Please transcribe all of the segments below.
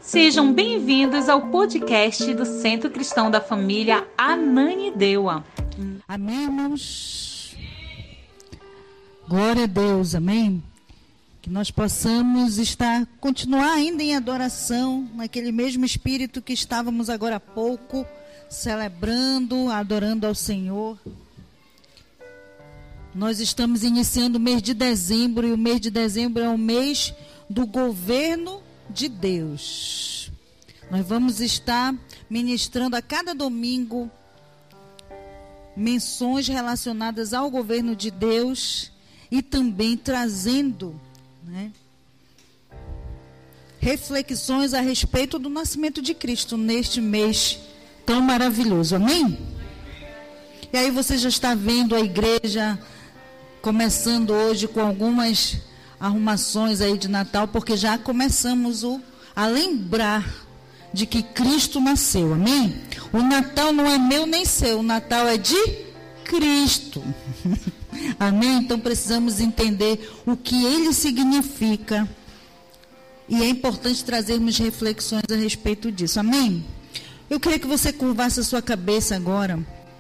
Sejam bem-vindos ao podcast do Centro Cristão da Família Ananindeua. Amém, irmãos? Glória a Deus, amém? Que nós possamos continuar ainda em adoração, naquele mesmo espírito que estávamos agora há pouco, celebrando, adorando ao Senhor. Nós estamos iniciando o mês de dezembro, e o mês de dezembro é o mês do governo de Deus. Nós vamos estar ministrando a cada domingo menções relacionadas ao governo de Deus e também trazendo, reflexões a respeito do nascimento de Cristo neste mês tão maravilhoso, amém? E aí você já está vendo a igreja começando hoje com algumas arrumações aí de Natal, porque já começamos a lembrar de que Cristo nasceu, amém? O Natal não é meu nem seu, o Natal é de Cristo, amém? Então precisamos entender o que ele significa, e é importante trazermos reflexões a respeito disso, amém? Eu queria que você curvasse a sua cabeça agora,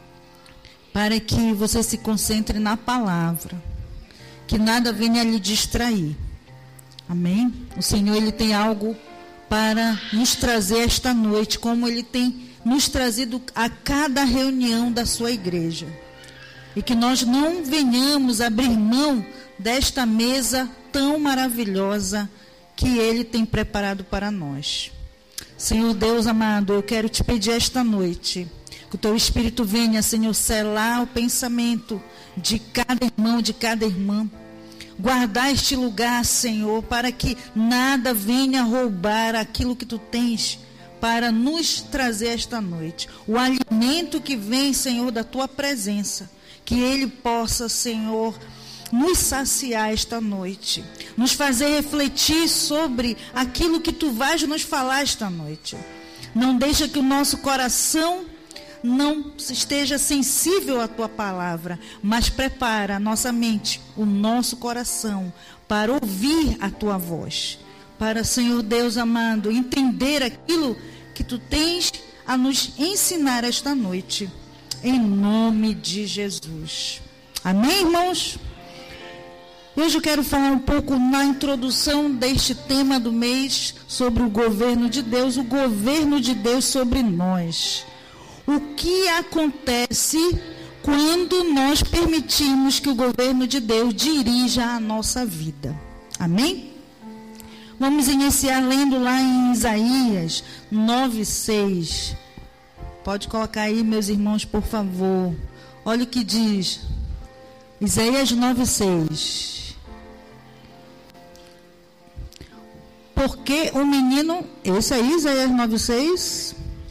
para que você se concentre na palavra, que nada venha lhe distrair, amém? O Senhor, ele tem algo para nos trazer esta noite, como ele tem nos trazido a cada reunião da sua igreja, e que nós não venhamos abrir mão desta mesa tão maravilhosa que ele tem preparado para nós. Senhor Deus amado, eu quero te pedir esta noite, que o teu Espírito venha, Senhor, selar o pensamento de cada irmão, de cada irmã. Guardar este lugar, Senhor, para que nada venha roubar aquilo que tu tens para nos trazer esta noite. O alimento que vem, Senhor, da tua presença. Que ele possa, Senhor, nos saciar esta noite. Nos fazer refletir sobre aquilo que tu vais nos falar esta noite. Não deixa que o nosso coração não esteja sensível à tua palavra, mas prepara a nossa mente, o nosso coração, para ouvir a tua voz. Para, Senhor Deus amado, entender aquilo que tu tens a nos ensinar esta noite. Em nome de Jesus. Amém, irmãos? Hoje eu quero falar um pouco na introdução deste tema do mês sobre o governo de Deus, o governo de Deus sobre nós. O que acontece quando nós permitimos que o governo de Deus dirija a nossa vida? Amém? Vamos iniciar lendo lá em Isaías 9:6. Pode colocar aí, meus irmãos, por favor. Olha o que diz. Isaías 9:6. Porque o menino... Esse aí, Isaías 9:6...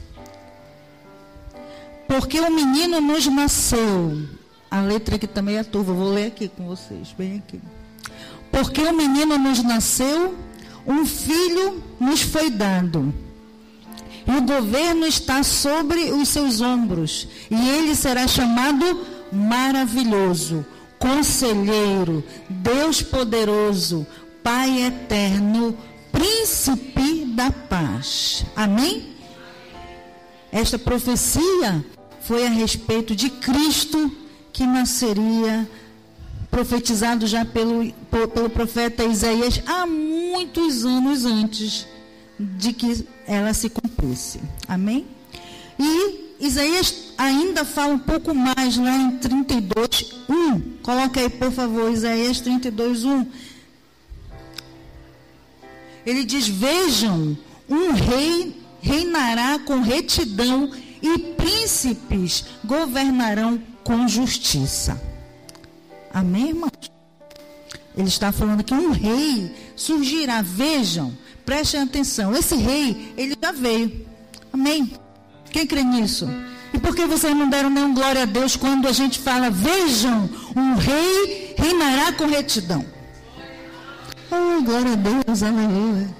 Porque o menino nos nasceu. A letra aqui também é turva, vou ler aqui com vocês, bem aqui. Porque o menino nos nasceu, um filho nos foi dado. E o governo está sobre os seus ombros. E ele será chamado Maravilhoso, Conselheiro, Deus Poderoso, Pai Eterno, Príncipe da Paz. Amém? Esta profecia foi a respeito de Cristo, que nasceria, profetizado já pelo profeta Isaías há muitos anos antes de que ela se cumprisse. Amém? E Isaías ainda fala um pouco mais lá em 32:1. Coloca aí, por favor, Isaías 32:1. Ele diz: vejam, um rei reinará com retidão e príncipes governarão com justiça. Amém, irmãos? Ele está falando que um rei surgirá. Vejam, prestem atenção. Esse rei, ele já veio. Amém? Quem crê nisso? E por que vocês não deram nenhum glória a Deus quando a gente fala: vejam, um rei reinará com retidão? Oh, glória a Deus, aleluia.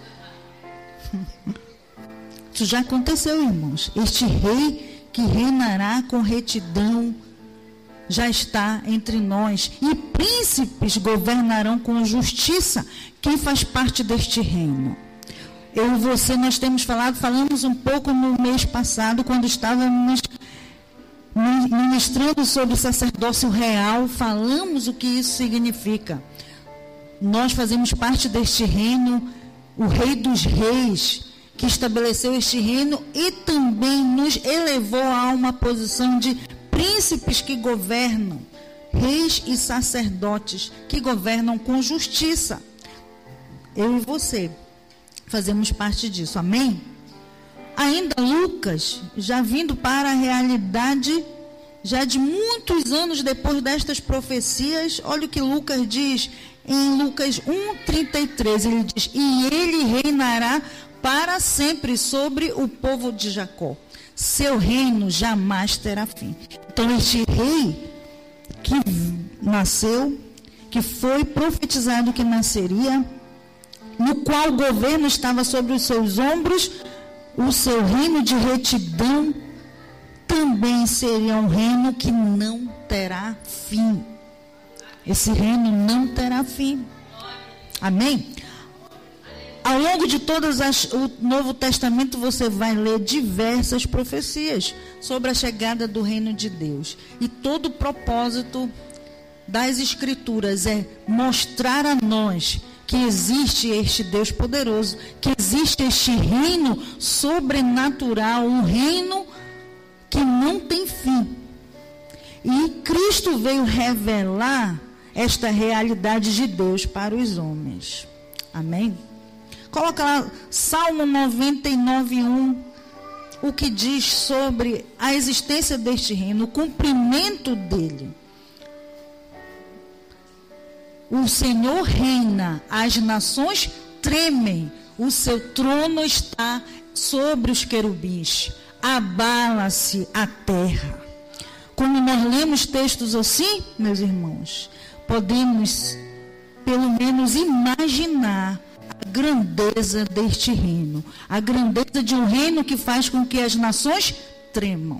Isso já aconteceu, irmãos. Este rei que reinará com retidão já está entre nós. E príncipes governarão com justiça. Quem faz parte deste reino? Eu e você, nós temos falamos um pouco no mês passado, quando estávamos ministrando sobre sacerdócio real, falamos o que isso significa. Nós fazemos parte deste reino, o Rei dos Reis, que estabeleceu este reino e também nos elevou a uma posição de príncipes que governam, reis e sacerdotes que governam com justiça. Eu e você fazemos parte disso, amém? Ainda Lucas, já vindo para a realidade, já de muitos anos depois destas profecias, olha o que Lucas diz em Lucas 1:33, ele diz: e ele reinará para sempre sobre o povo de Jacó. Seu reino jamais terá fim. Então, este rei que nasceu, que foi profetizado que nasceria, no qual o governo estava sobre os seus ombros, o seu reino de retidão também seria um reino que não terá fim. Esse reino não terá fim. Amém? Ao longo de o Novo Testamento, você vai ler diversas profecias sobre a chegada do reino de Deus. E todo o propósito das Escrituras é mostrar a nós que existe este Deus poderoso, que existe este reino sobrenatural, um reino que não tem fim. E Cristo veio revelar esta realidade de Deus para os homens. Amém? Coloca lá Salmo 99:1, o que diz sobre a existência deste reino, o cumprimento dele. O Senhor reina, as nações tremem, o seu trono está sobre os querubins, abala-se a terra. Quando nós lemos textos assim, meus irmãos, podemos pelo menos imaginar a grandeza deste reino, a grandeza de um reino que faz com que as nações tremam.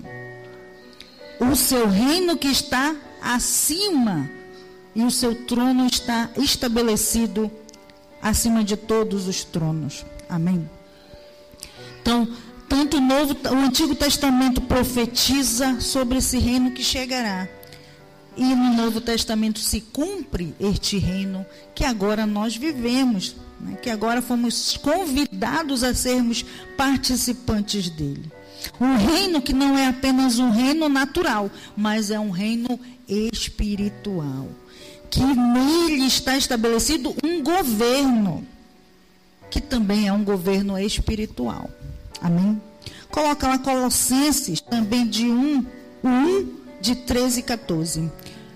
O seu reino que está acima, e o seu trono está estabelecido acima de todos os tronos. Amém? Então, tanto o Antigo Testamento profetiza sobre esse reino que chegará, e no Novo Testamento se cumpre este reino que agora nós vivemos, né? Que agora fomos convidados a sermos participantes dele. Um reino que não é apenas um reino natural, mas é um reino espiritual. Que nele está estabelecido um governo, que também é um governo espiritual. Amém? Coloca lá Colossenses, também de 1, 13 e 14.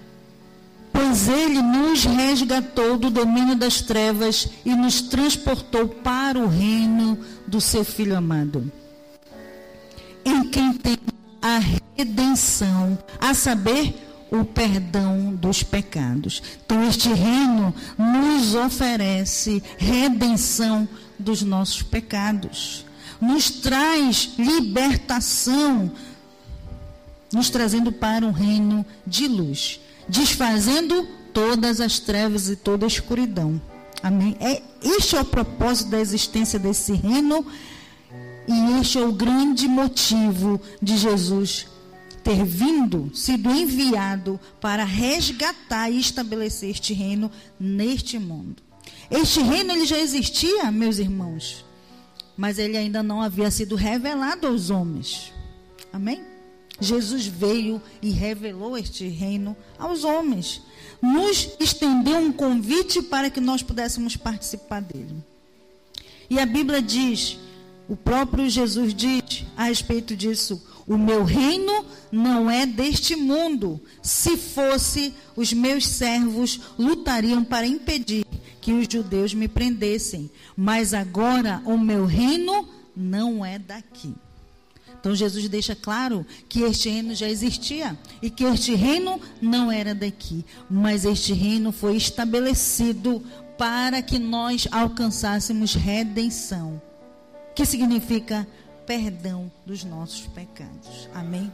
Pois ele nos resgatou do domínio das trevas e nos transportou para o reino do seu Filho amado, em quem tem a redenção, a saber, o perdão dos pecados. Então, este reino nos oferece redenção dos nossos pecados, nos traz libertação, nos trazendo para um reino de luz, desfazendo todas as trevas e toda a escuridão. Amém? Este é o propósito da existência desse reino, e este é o grande motivo de Jesus ter vindo, sido enviado para resgatar e estabelecer este reino neste mundo. Este reino ele já existia, meus irmãos, mas ele ainda não havia sido revelado aos homens. Amém? Jesus veio e revelou este reino aos homens. Nos estendeu um convite para que nós pudéssemos participar dele. E a Bíblia diz, o próprio Jesus diz a respeito disso: o meu reino não é deste mundo. Se fosse, os meus servos lutariam para impedir que os judeus me prendessem. Mas agora o meu reino não é daqui. Então Jesus deixa claro que este reino já existia e que este reino não era daqui. Mas este reino foi estabelecido para que nós alcançássemos redenção, que significa perdão dos nossos pecados. Amém?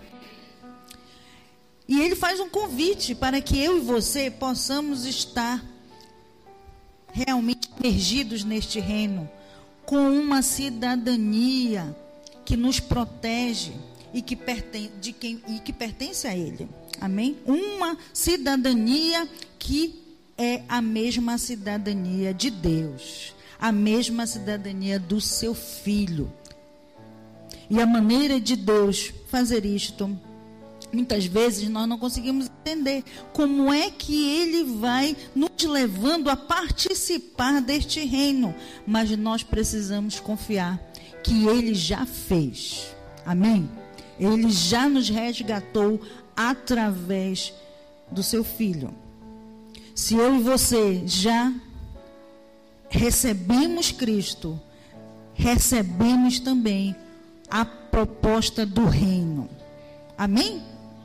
E ele faz um convite para que eu e você possamos estar realmente imergidos neste reino, com uma cidadania que nos protege e que pertence a Ele. Amém? Uma cidadania que é a mesma cidadania de Deus, a mesma cidadania do seu Filho. E a maneira de Deus fazer isto, muitas vezes nós não conseguimos entender como é que Ele vai nos levando a participar deste reino, mas nós precisamos confiar que Ele já fez. Amém? Ele já nos resgatou através do seu Filho. Se eu e você já recebemos Cristo, recebemos também a proposta do reino. Amém?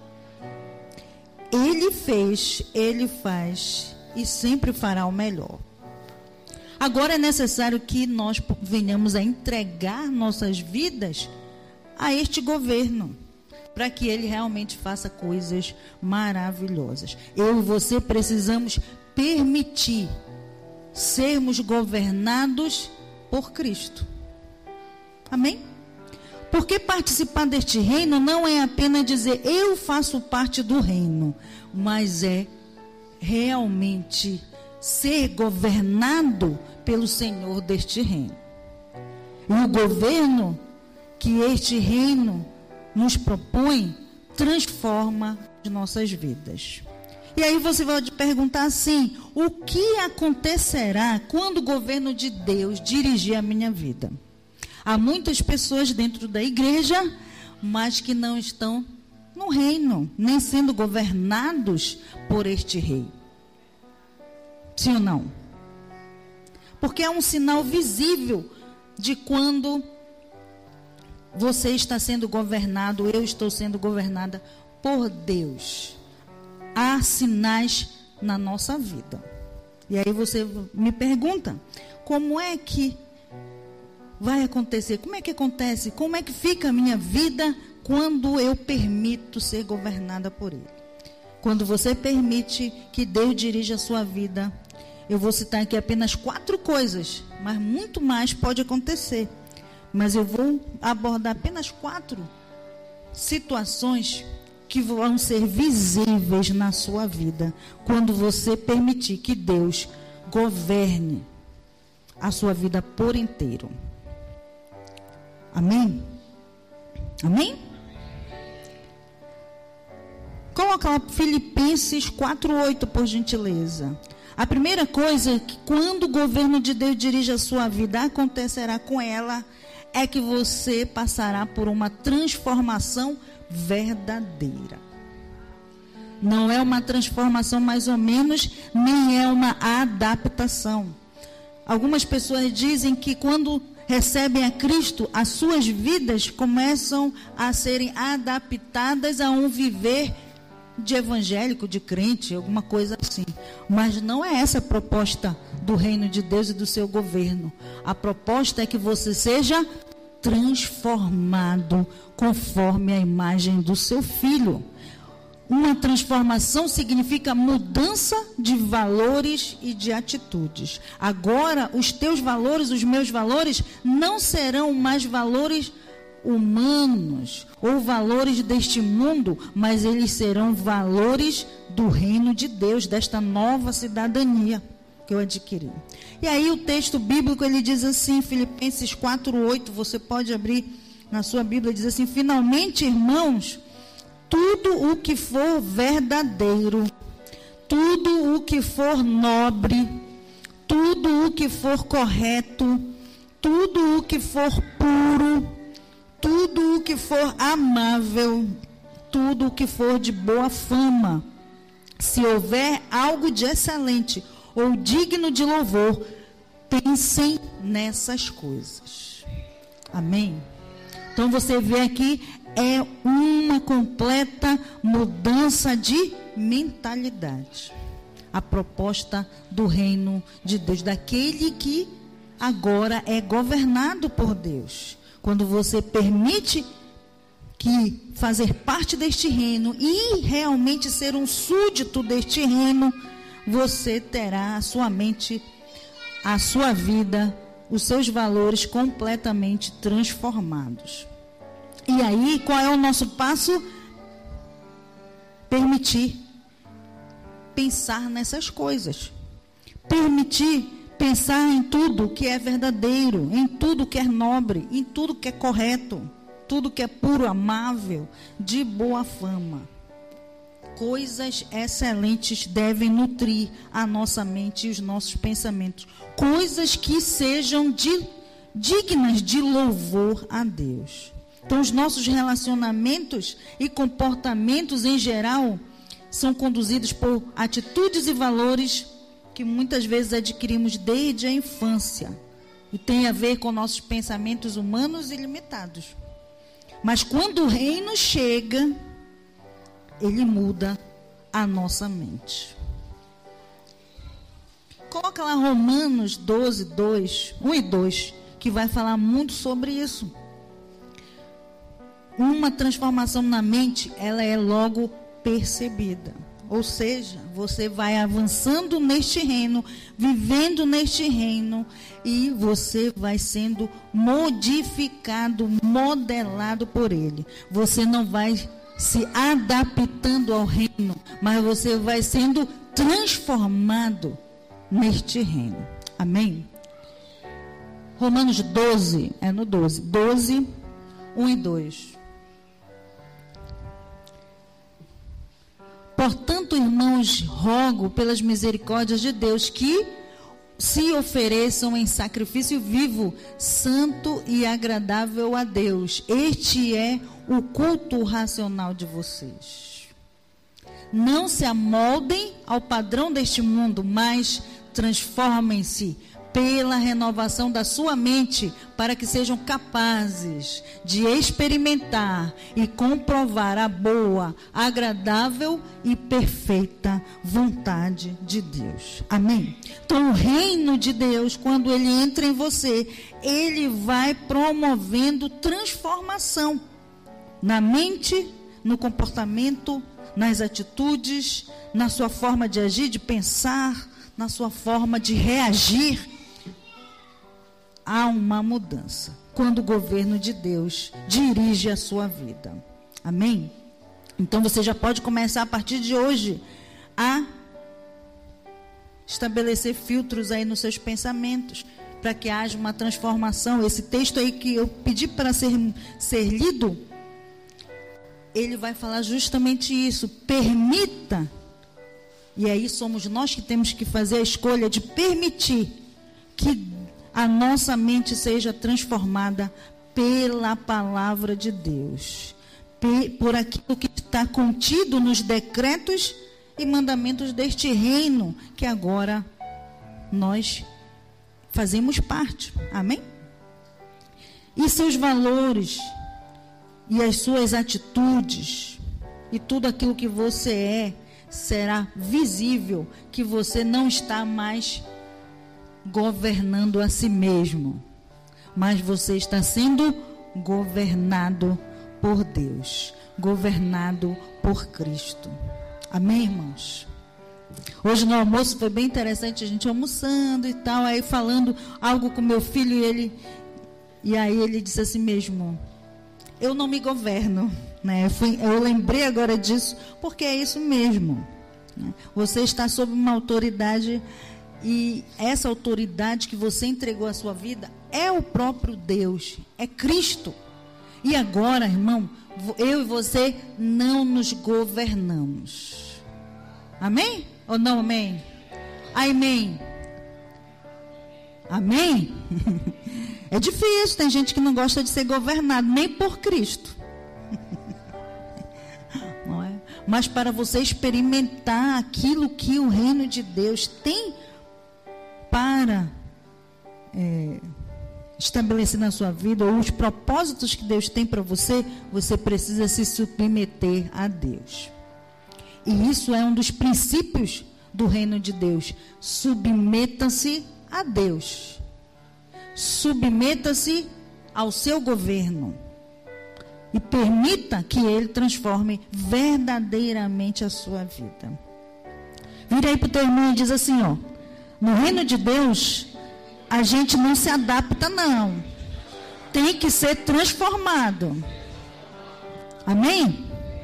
Ele fez, Ele faz e sempre fará o melhor. Agora é necessário que nós venhamos a entregar nossas vidas a este governo, para que ele realmente faça coisas maravilhosas. Eu e você precisamos permitir sermos governados por Cristo. Amém? Porque participar deste reino não é apenas dizer eu faço parte do reino, mas é realmente ser governado pelo Senhor deste reino. E o governo que este reino nos propõe transforma as nossas vidas. E aí você vai perguntar assim: o que acontecerá quando o governo de Deus dirigir a minha vida? Há muitas pessoas dentro da igreja, mas que não estão no reino, nem sendo governados por este rei. Sim ou não? Porque é um sinal visível de quando você está sendo governado, eu estou sendo governada por Deus. Há sinais na nossa vida. E aí você me pergunta, como é que vai acontecer? Como é que acontece? Como é que fica a minha vida quando eu permito ser governada por Ele? Quando você permite que Deus dirija a sua vida, eu vou citar aqui apenas 4 coisas, mas muito mais pode acontecer. Mas eu vou abordar apenas 4 situações que vão ser visíveis na sua vida quando você permitir que Deus governe a sua vida por inteiro. Amém? Amém? Coloca lá Filipenses 4:8, por gentileza. A primeira coisa que quando o governo de Deus dirige a sua vida, acontecerá com ela, é que você passará por uma transformação verdadeira. Não é uma transformação mais ou menos, nem é uma adaptação. Algumas pessoas dizem que quando recebem a Cristo, as suas vidas começam a serem adaptadas a um viver de evangélico, de crente, alguma coisa assim. Mas não é essa a proposta do reino de Deus e do seu governo. A proposta é que você seja transformado conforme a imagem do seu Filho. Uma transformação significa mudança de valores e de atitudes. Agora, os teus valores, os meus valores, não serão mais valores humanos ou valores deste mundo, mas eles serão valores do reino de Deus, desta nova cidadania que eu adquiri. E aí o texto bíblico, ele diz assim, Filipenses 4:8, você pode abrir na sua Bíblia, diz assim: finalmente, irmãos, tudo o que for verdadeiro, tudo o que for nobre, tudo o que for correto, tudo o que for puro, tudo o que for amável, tudo o que for de boa fama, se houver algo de excelente ou digno de louvor, pensem nessas coisas. Amém? Então você vê aqui, é uma completa mudança de mentalidade. A proposta do reino de Deus, daquele que agora é governado por Deus. Quando você permite que fazer parte deste reino e realmente ser um súdito deste reino, você terá a sua mente, a sua vida os seus valores completamente transformados. E aí, qual é o nosso passo? Permitir pensar nessas coisas. Permitir pensar em tudo que é verdadeiro, em tudo que é nobre, em tudo que é correto, tudo que é puro, amável, de boa fama. Coisas excelentes devem nutrir a nossa mente e os nossos pensamentos. Coisas que sejam dignas de louvor a Deus. Então, os nossos relacionamentos e comportamentos em geral são conduzidos por atitudes e valores que muitas vezes adquirimos desde a infância. E tem a ver com nossos pensamentos humanos e limitados. Mas quando o reino chega, ele muda a nossa mente. Coloca lá Romanos 12, 2, 1 e 2, que vai falar muito sobre isso. Uma transformação na mente, ela é logo percebida. Ou seja, você vai avançando neste reino, vivendo neste reino, e você vai sendo modificado, modelado por ele. Você não vai se adaptando ao reino, mas você vai sendo transformado neste reino. Amém? Romanos 12, no 12, 12, 1 e 2. Portanto, irmãos, rogo pelas misericórdias de Deus que se ofereçam em sacrifício vivo, santo e agradável a Deus. Este é o culto racional de vocês. Não se amoldem ao padrão deste mundo, mas transformem-se pela renovação da sua mente, para que sejam capazes de experimentar e comprovar a boa, agradável e perfeita vontade de Deus. Amém? Então, o reino de Deus, quando ele entra em você, ele vai promovendo transformação na mente, no comportamento, nas atitudes, na sua forma de agir, de pensar, na sua forma de reagir. Há uma mudança quando o governo de Deus dirige a sua vida. Amém? Então você já pode começar a partir de hoje a estabelecer filtros aí nos seus pensamentos, para que haja uma transformação. Esse texto aí que eu pedi para ser lido, ele vai falar justamente isso. Permita. E aí somos nós que temos que fazer a escolha de permitir que a nossa mente seja transformada pela palavra de Deus, por aquilo que está contido nos decretos e mandamentos deste reino, que agora nós fazemos parte. Amém? E seus valores, e as suas atitudes, e tudo aquilo que você é, será visível que você não está mais governando a si mesmo, mas você está sendo governado por Deus, governado por Cristo. Amém, irmãos? Hoje no almoço foi bem interessante, a gente almoçando e tal, aí falando algo com meu filho, e aí ele disse assim mesmo: eu não me governo, né? Eu lembrei agora disso, porque é isso mesmo, né? Você está sob uma autoridade, e essa autoridade que você entregou à sua vida é o próprio Deus, é Cristo. E agora, irmão, eu e você não nos governamos. Amém? Ou não amém? Amém. Amém? É difícil, tem gente que não gosta de ser governado, nem por Cristo. Não é? Mas para você experimentar aquilo que o reino de Deus tem para estabelecer na sua vida, ou os propósitos que Deus tem para você, você precisa se submeter a Deus. E isso é um dos princípios do reino de Deus. Submeta-se a Deus. Submeta-se ao seu governo. E permita que Ele transforme verdadeiramente a sua vida. Vira aí para o teu irmão e diz assim, ó: no reino de Deus, a gente não se adapta, não. Tem que ser transformado. Amém?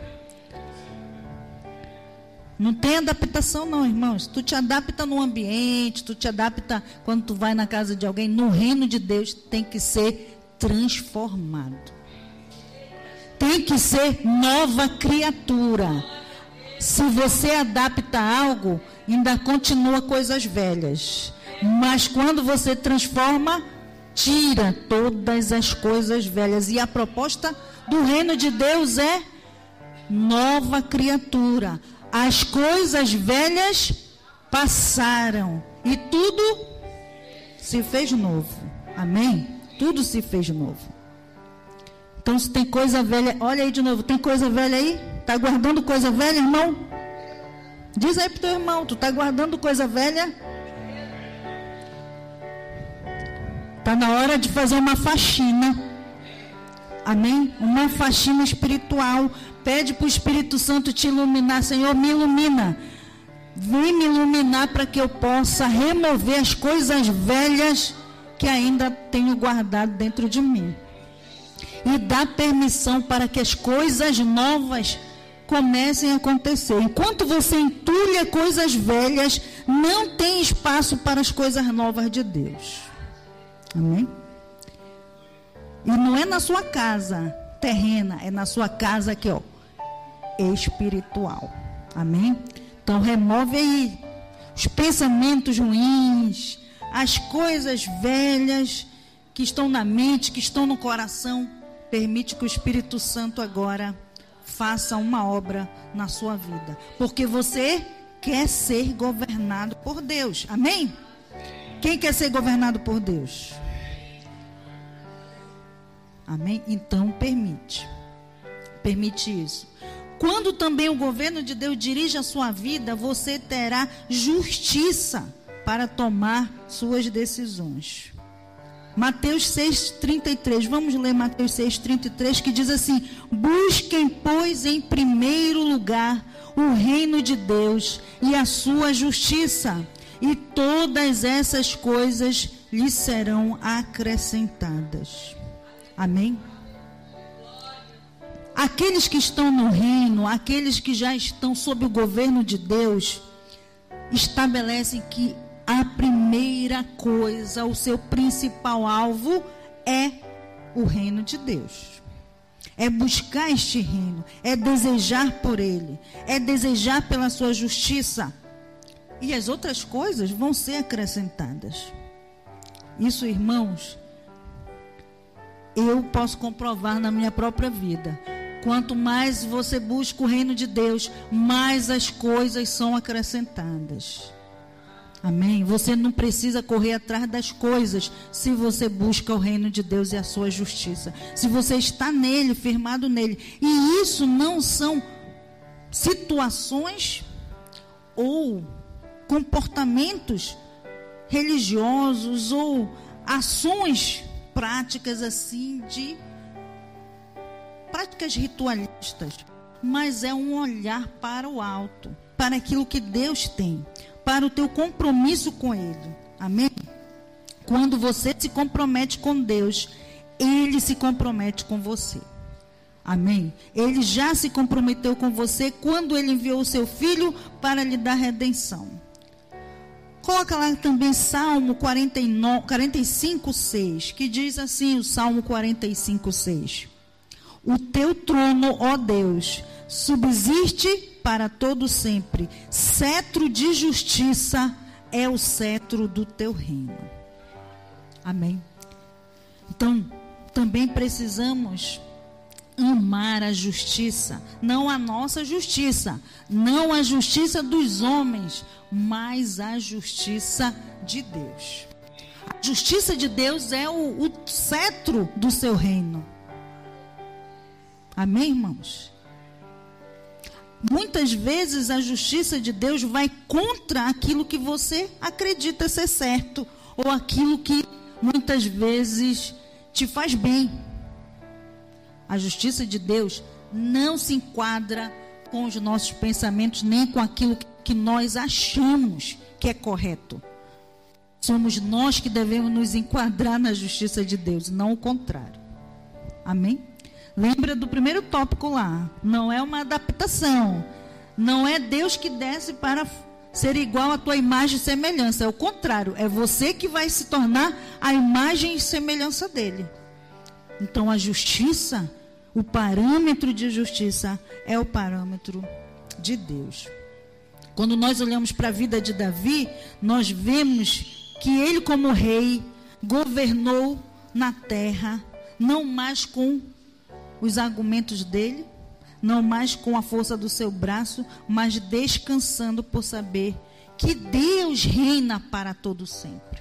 Não tem adaptação não, irmãos. Tu te adapta no ambiente, tu te adapta quando tu vai na casa de alguém. No reino de Deus tem que ser transformado. Tem que ser nova criatura. Se você adapta algo, ainda continua coisas velhas. Mas quando você transforma, tira todas as coisas velhas. E a proposta do reino de Deus é nova criatura. As coisas velhas passaram e tudo se fez novo. Amém? Tudo se fez novo. Então, se tem coisa velha, olha aí de novo, tem coisa velha aí? Está guardando coisa velha, irmão? Diz aí para o teu irmão, tu está guardando coisa velha? Está na hora de fazer uma faxina. Amém? Uma faxina espiritual. Pede para o Espírito Santo te iluminar. Senhor, me ilumina. Vem me iluminar para que eu possa remover as coisas velhas que ainda tenho guardado dentro de mim. E dá permissão para que as coisas novas comecem a acontecer. Enquanto você entulha coisas velhas, não tem espaço para as coisas novas de Deus. Amém? E não é na sua casa terrena, é na sua casa aqui, ó, espiritual. Amém? Então remove aí os pensamentos ruins, as coisas velhas que estão na mente, que estão no coração. Permite que o Espírito Santo agora faça uma obra na sua vida. Porque você quer ser governado por Deus. Amém? Quem quer ser governado por Deus? Amém? Então permite. Permite isso. Quando também o governo de Deus dirige a sua vida, você terá justiça para tomar suas decisões. Mateus 6,33. Vamos ler Mateus 6,33, que diz assim: busquem, pois, em primeiro lugar o reino de Deus e a sua justiça, e todas essas coisas lhes serão acrescentadas. Amém? Aqueles que estão no reino, aqueles que já estão sob o governo de Deus, estabelecem que a primeira coisa, o seu principal alvo é o reino de Deus. É buscar este reino, é desejar por ele, é desejar pela sua justiça. E as outras coisas vão ser acrescentadas. Isso, irmãos, eu posso comprovar na minha própria vida. Quanto mais você busca o reino de Deus, mais as coisas são acrescentadas. Amém? Você não precisa correr atrás das coisas se você busca o reino de Deus e a sua justiça. Se você está nele, firmado nele. E isso não são situações ou comportamentos religiosos ou ações práticas assim de práticas ritualistas, mas é um olhar para o alto, para aquilo que Deus tem, para o teu compromisso com Ele. Amém? Quando você se compromete com Deus, Ele se compromete com você. Amém? Ele já se comprometeu com você quando Ele enviou o seu Filho para lhe dar redenção. Coloca lá também Salmo 45:6, que diz assim, o Salmo 45:6. O teu trono, ó Deus, subsiste para todo sempre. Cetro de justiça é o cetro do teu reino. Amém? Então, também precisamos amar a justiça, não a nossa justiça, não a justiça dos homens, mas a justiça de Deus. A justiça de Deus é o cetro do seu reino. Amém, irmãos? Muitas vezes a justiça de Deus vai contra aquilo que você acredita ser certo, ou aquilo que muitas vezes te faz bem. A justiça de Deus não se enquadra com os nossos pensamentos, nem com aquilo que nós achamos que é correto. Somos nós que devemos nos enquadrar na justiça de Deus, não o contrário. Amém? Lembra do primeiro tópico lá. Não é uma adaptação. Não é Deus que desce para ser igual à tua imagem e semelhança. É o contrário. É você que vai se tornar a imagem e semelhança dele. Então a justiça, o parâmetro de justiça é o parâmetro de Deus. Quando nós olhamos para a vida de Davi, nós vemos que ele, como rei, governou na terra, não mais com os argumentos dele, não mais com a força do seu braço, mas descansando por saber que Deus reina para todo sempre.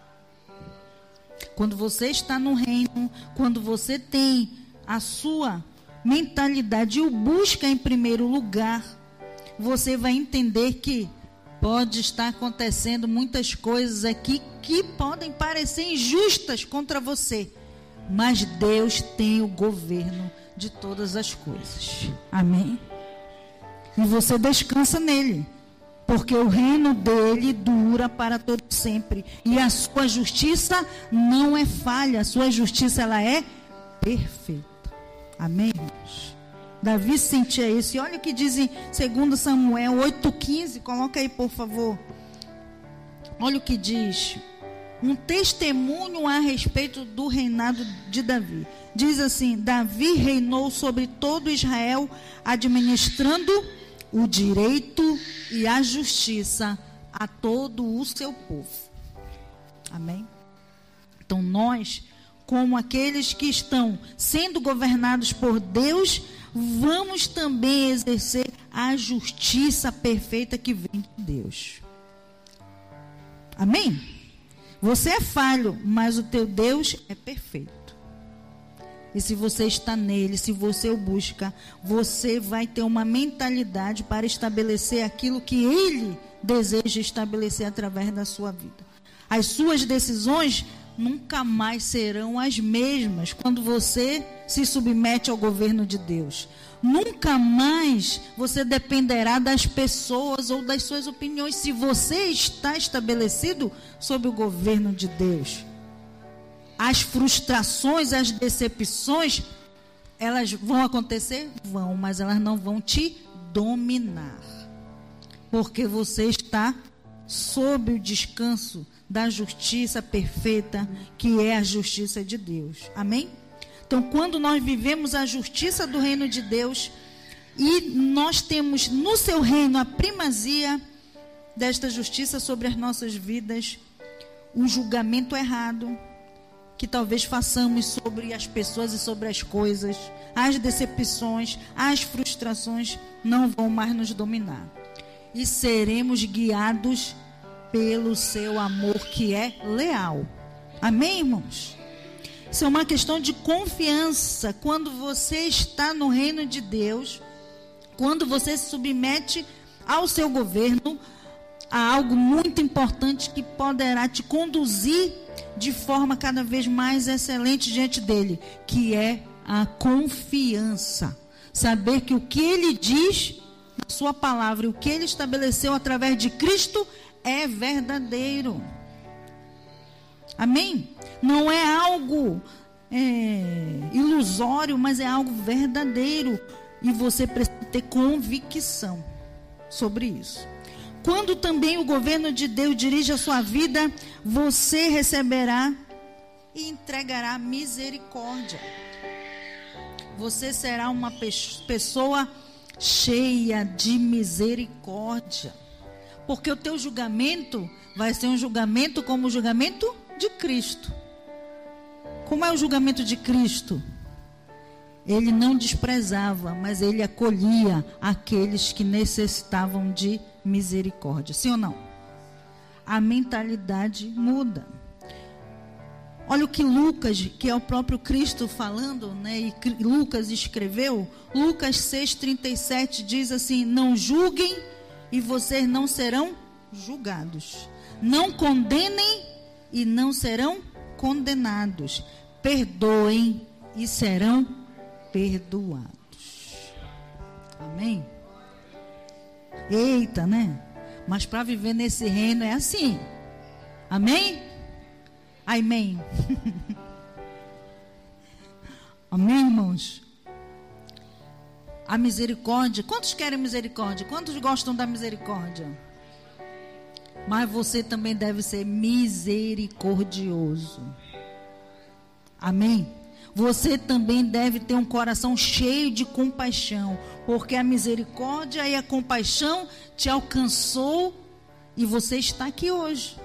Quando você está no reino, quando você tem a sua mentalidade e o busca em primeiro lugar, você vai entender que pode estar acontecendo muitas coisas aqui que podem parecer injustas contra você, mas Deus tem o governo de todas as coisas. Amém? E você descansa nele, porque o reino dele dura para todo sempre. E a sua justiça não é falha, a sua justiça ela é perfeita. Amém, irmãos? Davi sentia isso. E olha o que diz em 2 Samuel 8,15. Coloca aí, por favor. Olha o que diz. Um testemunho a respeito do reinado de Davi. Diz assim: Davi reinou sobre todo Israel, administrando o direito e a justiça a todo o seu povo. Amém? Então nós, como aqueles que estão sendo governados por Deus, vamos também exercer a justiça perfeita que vem de Deus. Amém? Você é falho, mas o teu Deus é perfeito. E se você está nele, se você o busca, você vai ter uma mentalidade para estabelecer aquilo que ele deseja estabelecer através da sua vida. As suas decisões nunca mais serão as mesmas quando você se submete ao governo de Deus. Nunca mais você dependerá das pessoas ou das suas opiniões se você está estabelecido sob o governo de Deus. As frustrações, as decepções, elas vão acontecer? Vão, mas elas não vão te dominar. Porque você está sob o descanso da justiça perfeita, que é a justiça de Deus. Amém? Então, quando nós vivemos a justiça do reino de Deus, e nós temos no seu reino a primazia desta justiça sobre as nossas vidas, o julgamento errado que talvez façamos sobre as pessoas e sobre as coisas, as decepções, as frustrações não vão mais nos dominar. E seremos guiados pelo seu amor que é leal. Amém, irmãos? Isso é uma questão de confiança. Quando você está no reino de Deus, quando você se submete ao seu governo, há algo muito importante que poderá te conduzir de forma cada vez mais excelente diante dele, que é a confiança. Saber que o que ele diz na sua palavra, o que ele estabeleceu através de Cristo é verdadeiro. Amém? Não é algo ilusório, mas é algo verdadeiro. E você precisa ter convicção sobre isso. Quando também o governo de Deus dirige a sua vida, você receberá e entregará misericórdia. Você será uma pessoa cheia de misericórdia. Porque o teu julgamento vai ser um julgamento como o julgamento de Cristo. Como é o julgamento de Cristo? Ele não desprezava, mas ele acolhia aqueles que necessitavam de misericórdia. Sim ou não? A mentalidade muda. Olha o que Lucas, que é o próprio Cristo falando, né? E Lucas escreveu. Lucas 6,37 diz assim: não julguem e vocês não serão julgados. Não condenem e não serão condenados. Perdoem e serão perdoados. Amém? Eita, né? Mas para viver nesse reino é assim. Amém? Amém. Amém, irmãos? A misericórdia. Quantos querem misericórdia? Quantos gostam da misericórdia? Mas você também deve ser misericordioso. Amém? Você também deve ter um coração cheio de compaixão, porque a misericórdia e a compaixão te alcançou e você está aqui hoje.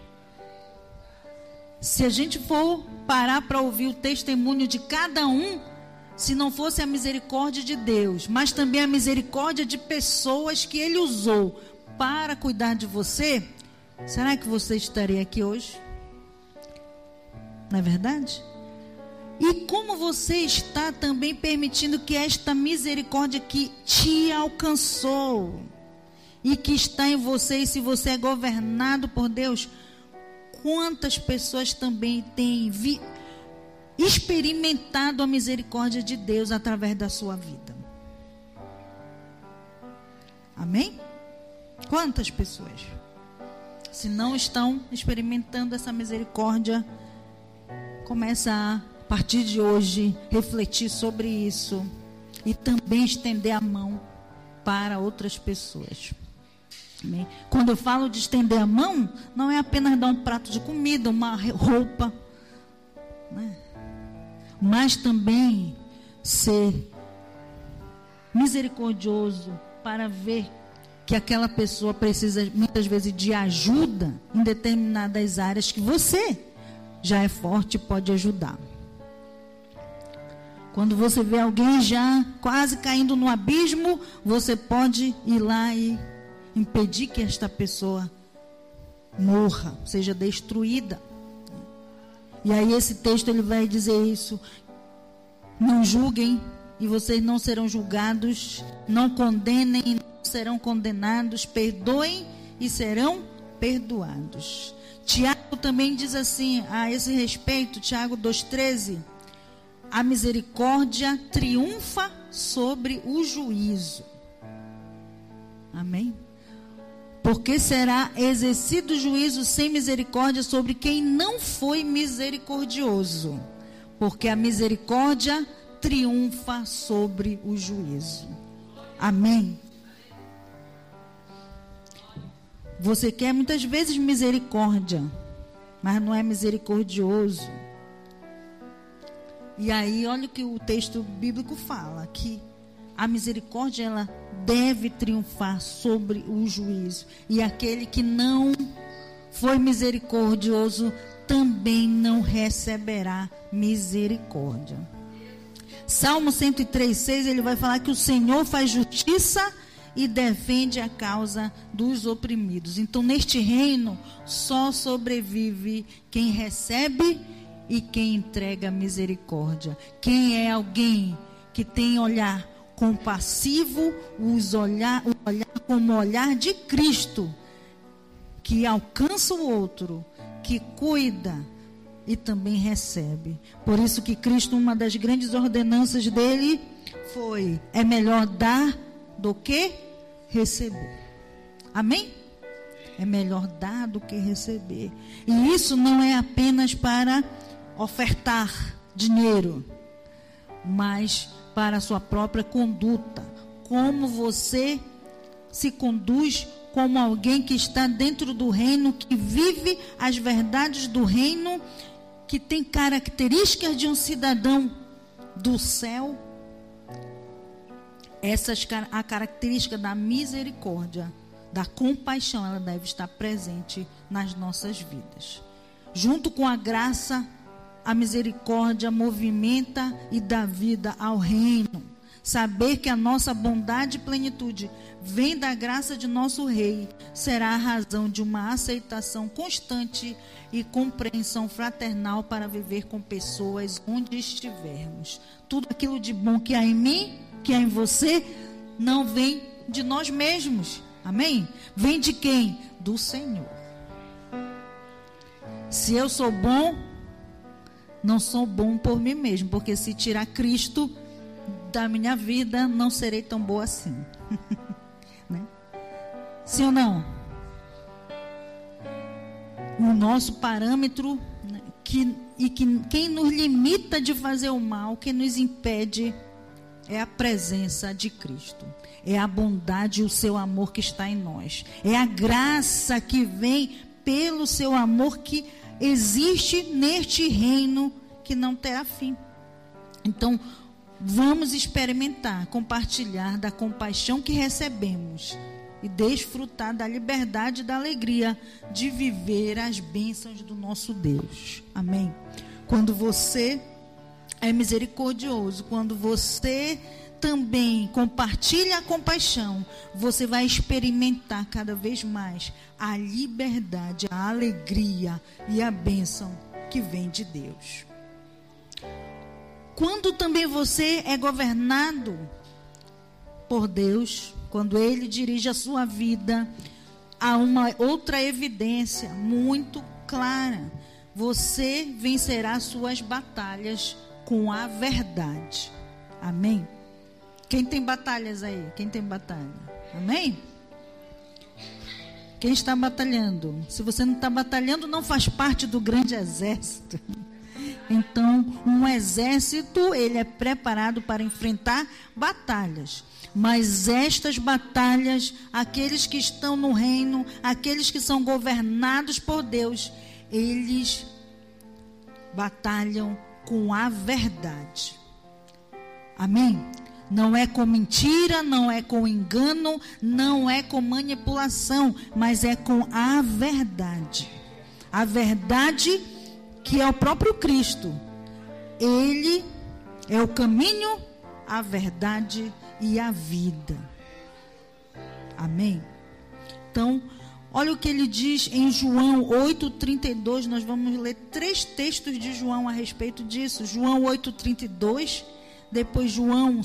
Se a gente for parar para ouvir o testemunho de cada um, se não fosse a misericórdia de Deus, mas também a misericórdia de pessoas que Ele usou para cuidar de você, será que você estaria aqui hoje? Não é verdade? E como você está também permitindo que esta misericórdia que te alcançou e que está em você, e se você é governado por Deus, quantas pessoas também têm experimentado a misericórdia de Deus através da sua vida? Amém? Quantas pessoas? Se não estão experimentando essa misericórdia, começa a partir de hoje refletir sobre isso e também estender a mão para outras pessoas. Amém? Quando eu falo de estender a mão, não é apenas dar um prato de comida, uma roupa, né? Mas também ser misericordioso para ver que aquela pessoa precisa muitas vezes de ajuda em determinadas áreas que você já é forte e pode ajudar. Quando você vê alguém já quase caindo no abismo, você pode ir lá e impedir que esta pessoa morra, seja destruída. E aí esse texto ele vai dizer isso: não julguem e vocês não serão julgados, não condenem e não serão condenados, perdoem e serão perdoados. Tiago também diz assim a esse respeito, Tiago 2,13: a misericórdia triunfa sobre o juízo. Amém? Porque será exercido juízo sem misericórdia sobre quem não foi misericordioso. Porque a misericórdia triunfa sobre o juízo. Amém? Você quer muitas vezes misericórdia, mas não é misericordioso. E aí, olha o que o texto bíblico fala, que a misericórdia, ela deve triunfar sobre o juízo. E aquele que não foi misericordioso também não receberá misericórdia. Salmo 103:6, ele vai falar que o Senhor faz justiça e defende a causa dos oprimidos. Então, neste reino, só sobrevive quem recebe e quem entrega misericórdia. Quem é alguém que tem olhar compassivo, o olhar como o olhar de Cristo, que alcança o outro, que cuida e também recebe. Por isso que Cristo, uma das grandes ordenanças dele foi: é melhor dar do que receber. Amém? É melhor dar do que receber. E isso não é apenas para ofertar dinheiro, mas para a sua própria conduta. Como você se conduz como alguém que está dentro do reino, que vive as verdades do reino, que tem características de um cidadão do céu. A característica da misericórdia, da compaixão, ela deve estar presente nas nossas vidas. Junto com a graça, a misericórdia movimenta e dá vida ao reino. Saber que a nossa bondade e plenitude vem da graça de nosso Rei será a razão de uma aceitação constante e compreensão fraternal para viver com pessoas onde estivermos. Tudo aquilo de bom que há em mim, que há em você, não vem de nós mesmos. Amém? Vem de quem? Do Senhor. Se eu sou bom, não sou bom por mim mesmo, porque se tirar Cristo da minha vida, não serei tão boa assim. Né? Sim ou não? O nosso parâmetro, né, que quem nos limita de fazer o mal, quem nos impede, é a presença de Cristo. É a bondade e o seu amor que está em nós. É a graça que vem pelo seu amor que existe neste reino que não terá fim. Então, vamos experimentar, compartilhar da compaixão que recebemos e desfrutar da liberdade e da alegria de viver as bênçãos do nosso Deus. Amém? Quando você é misericordioso, quando você também compartilha a compaixão, você vai experimentar cada vez mais a liberdade, a alegria e a bênção que vem de Deus. Quando também você é governado por Deus, quando Ele dirige a sua vida, há uma outra evidência muito clara. Você vencerá suas batalhas com a verdade. Amém? Quem tem batalhas aí? Quem tem batalha? Amém? Quem está batalhando? Se você não está batalhando, não faz parte do grande exército. Então, um exército, ele é preparado para enfrentar batalhas. Mas estas batalhas, aqueles que estão no reino, aqueles que são governados por Deus, eles batalham com a verdade. Amém? Não é com mentira, não é com engano, não é com manipulação, mas é com a verdade. A verdade que é o próprio Cristo. Ele é o caminho, a verdade e a vida. Amém? Então, olha o que ele diz em João 8,32. Nós vamos ler 3 textos de João a respeito disso. João 8,32, depois João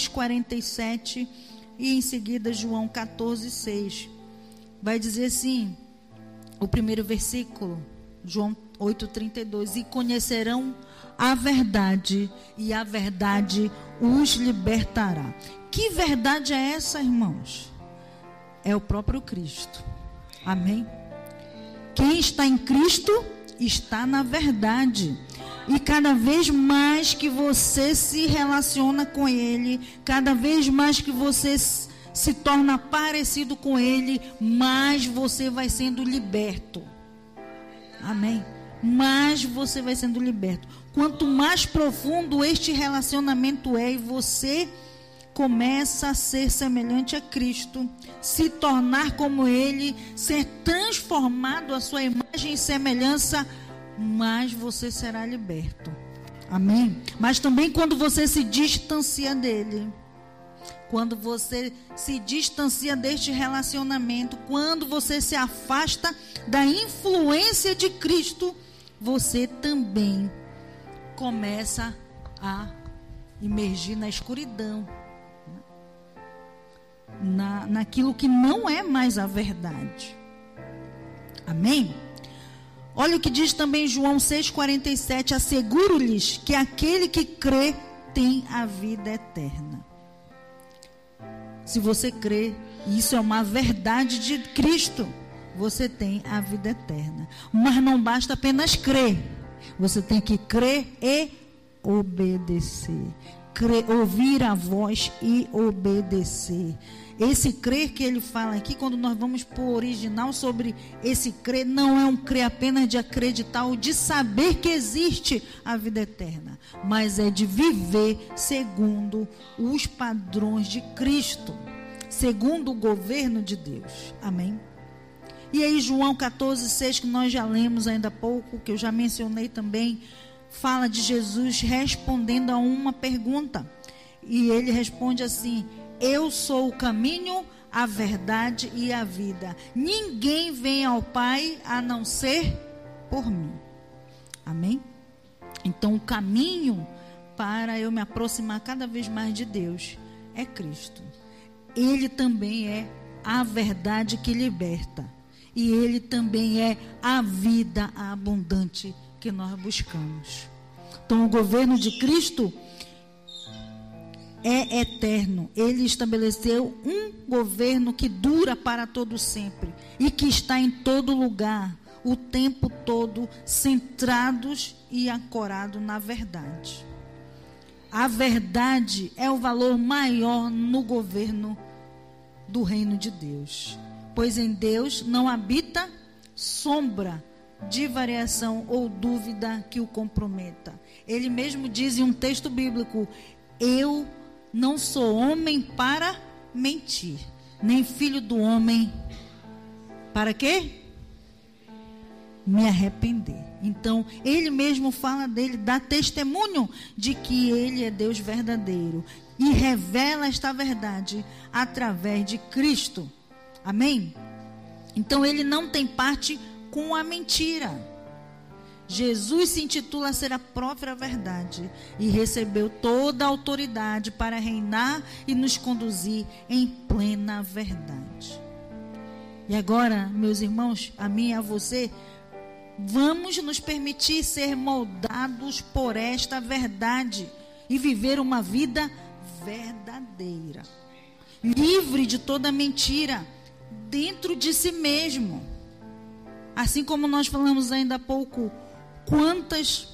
6,47 e em seguida João 14,6. Vai dizer assim, o primeiro versículo, João 8,32: e conhecerão a verdade, e a verdade os libertará. Que verdade é essa, irmãos? É o próprio Cristo. Amém? Quem está em Cristo está na verdade. E cada vez mais que você se relaciona com Ele, cada vez mais que você se torna parecido com Ele, mais você vai sendo liberto. Amém? Mais você vai sendo liberto. Quanto mais profundo este relacionamento é e você começa a ser semelhante a Cristo, se tornar como Ele, ser transformado à sua imagem e semelhança, mais você será liberto. Amém? Mas também quando você se distancia dele, quando você se distancia deste relacionamento, quando você se afasta da influência de Cristo, você também começa a imergir na escuridão, naquilo que não é mais a verdade. Amém? Olha o que diz também João 6,47: asseguro-lhes que aquele que crê tem a vida eterna. Se você crê, isso é uma verdade de Cristo, você tem a vida eterna. Mas não basta apenas crer, você tem que crer e obedecer. Ouvir a voz e obedecer. Esse crer que ele fala aqui, quando nós vamos para o original sobre esse crer, não é um crer apenas de acreditar ou de saber que existe a vida eterna, mas é de viver segundo os padrões de Cristo, segundo o governo de Deus. Amém? E aí João 14,6, que nós já lemos ainda há pouco, que eu já mencionei também, fala de Jesus respondendo a uma pergunta. E ele responde assim: eu sou o caminho, a verdade e a vida. Ninguém vem ao Pai a não ser por mim. Amém? Então o caminho para eu me aproximar cada vez mais de Deus é Cristo. Ele também é a verdade que liberta. E Ele também é a vida abundante que nós buscamos. Então o governo de Cristo é eterno. Ele estabeleceu um governo que dura para todo sempre e que está em todo lugar. o tempo todo centrados e ancorados na verdade. A verdade é o valor maior no governo do reino de Deus, pois em Deus não habita sombra de variação ou dúvida que o comprometa. Ele mesmo diz em um texto bíblico: eu não sou homem para mentir, nem filho do homem para quê? Me arrepender. Então, ele mesmo fala dele, dá testemunho de que ele é Deus verdadeiro e revela esta verdade através de Cristo. Amém? Então, ele não tem parte com a mentira. Jesus se intitula ser a própria verdade e recebeu toda a autoridade para reinar e nos conduzir em plena verdade. E agora, meus irmãos, a mim e a você, vamos nos permitir ser moldados por esta verdade e viver uma vida verdadeira, livre de toda mentira, dentro de si mesmo. Assim como nós falamos ainda há pouco, quantas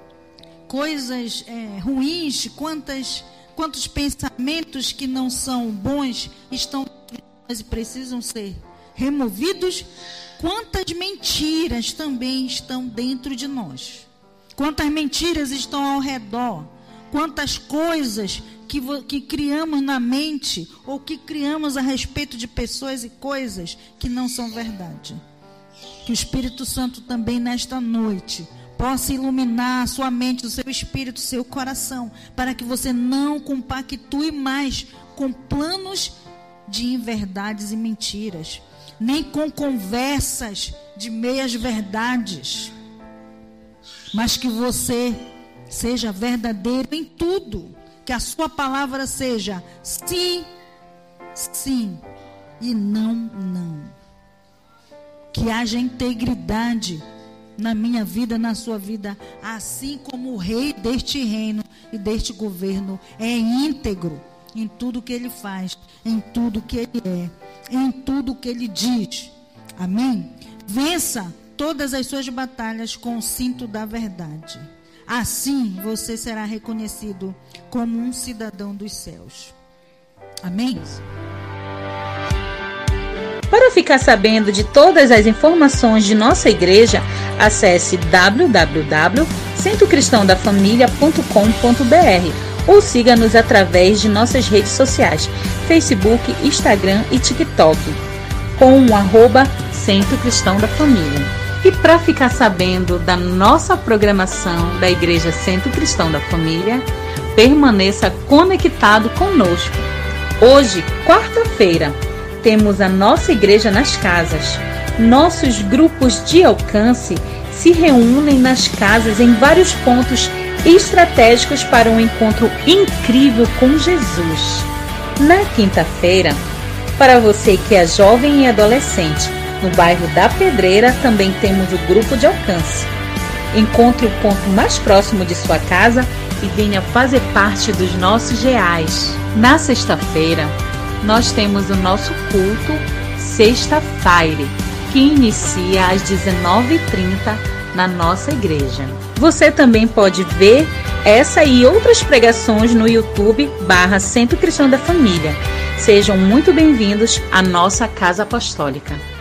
coisas ruins, quantos pensamentos que não são bons estão dentro de nós e precisam ser removidos. Quantas mentiras também estão dentro de nós? Quantas mentiras estão ao redor? Quantas coisas que criamos na mente ou que criamos a respeito de pessoas e coisas que não são verdade? Que o Espírito Santo também nesta noite possa iluminar a sua mente, o seu espírito, o seu coração, para que você não compactue mais com planos de inverdades e mentiras, nem com conversas de meias verdades, mas que você seja verdadeiro em tudo, que a sua palavra seja sim, sim e não, não. Que haja integridade na minha vida, na sua vida, assim como o rei deste reino e deste governo é íntegro em tudo que ele faz, em tudo que ele é, em tudo que ele diz. Amém? Vença todas as suas batalhas com o cinto da verdade. Assim você será reconhecido como um cidadão dos céus. Amém? Para ficar sabendo de todas as informações de nossa igreja, acesse www.centrocristãodafamilia.com.br ou siga-nos através de nossas redes sociais, Facebook, Instagram e TikTok, com o @Centro Cristão da Família. E para ficar sabendo da nossa programação da Igreja Centro Cristão da Família, permaneça conectado conosco. Hoje, quarta-feira, temos a nossa igreja nas casas. Nossos grupos de alcance se reúnem nas casas em vários pontos estratégicos para um encontro incrível com Jesus. Na quinta-feira, para você que é jovem e adolescente, no bairro da Pedreira também temos o grupo de alcance. Encontre o ponto mais próximo de sua casa e venha fazer parte dos nossos reais. Na sexta-feira, nós temos o nosso culto Sexta Fire, que inicia às 19h30 na nossa igreja. Você também pode ver essa e outras pregações no YouTube /Centro Cristão da Família. Sejam muito bem-vindos à nossa Casa Apostólica.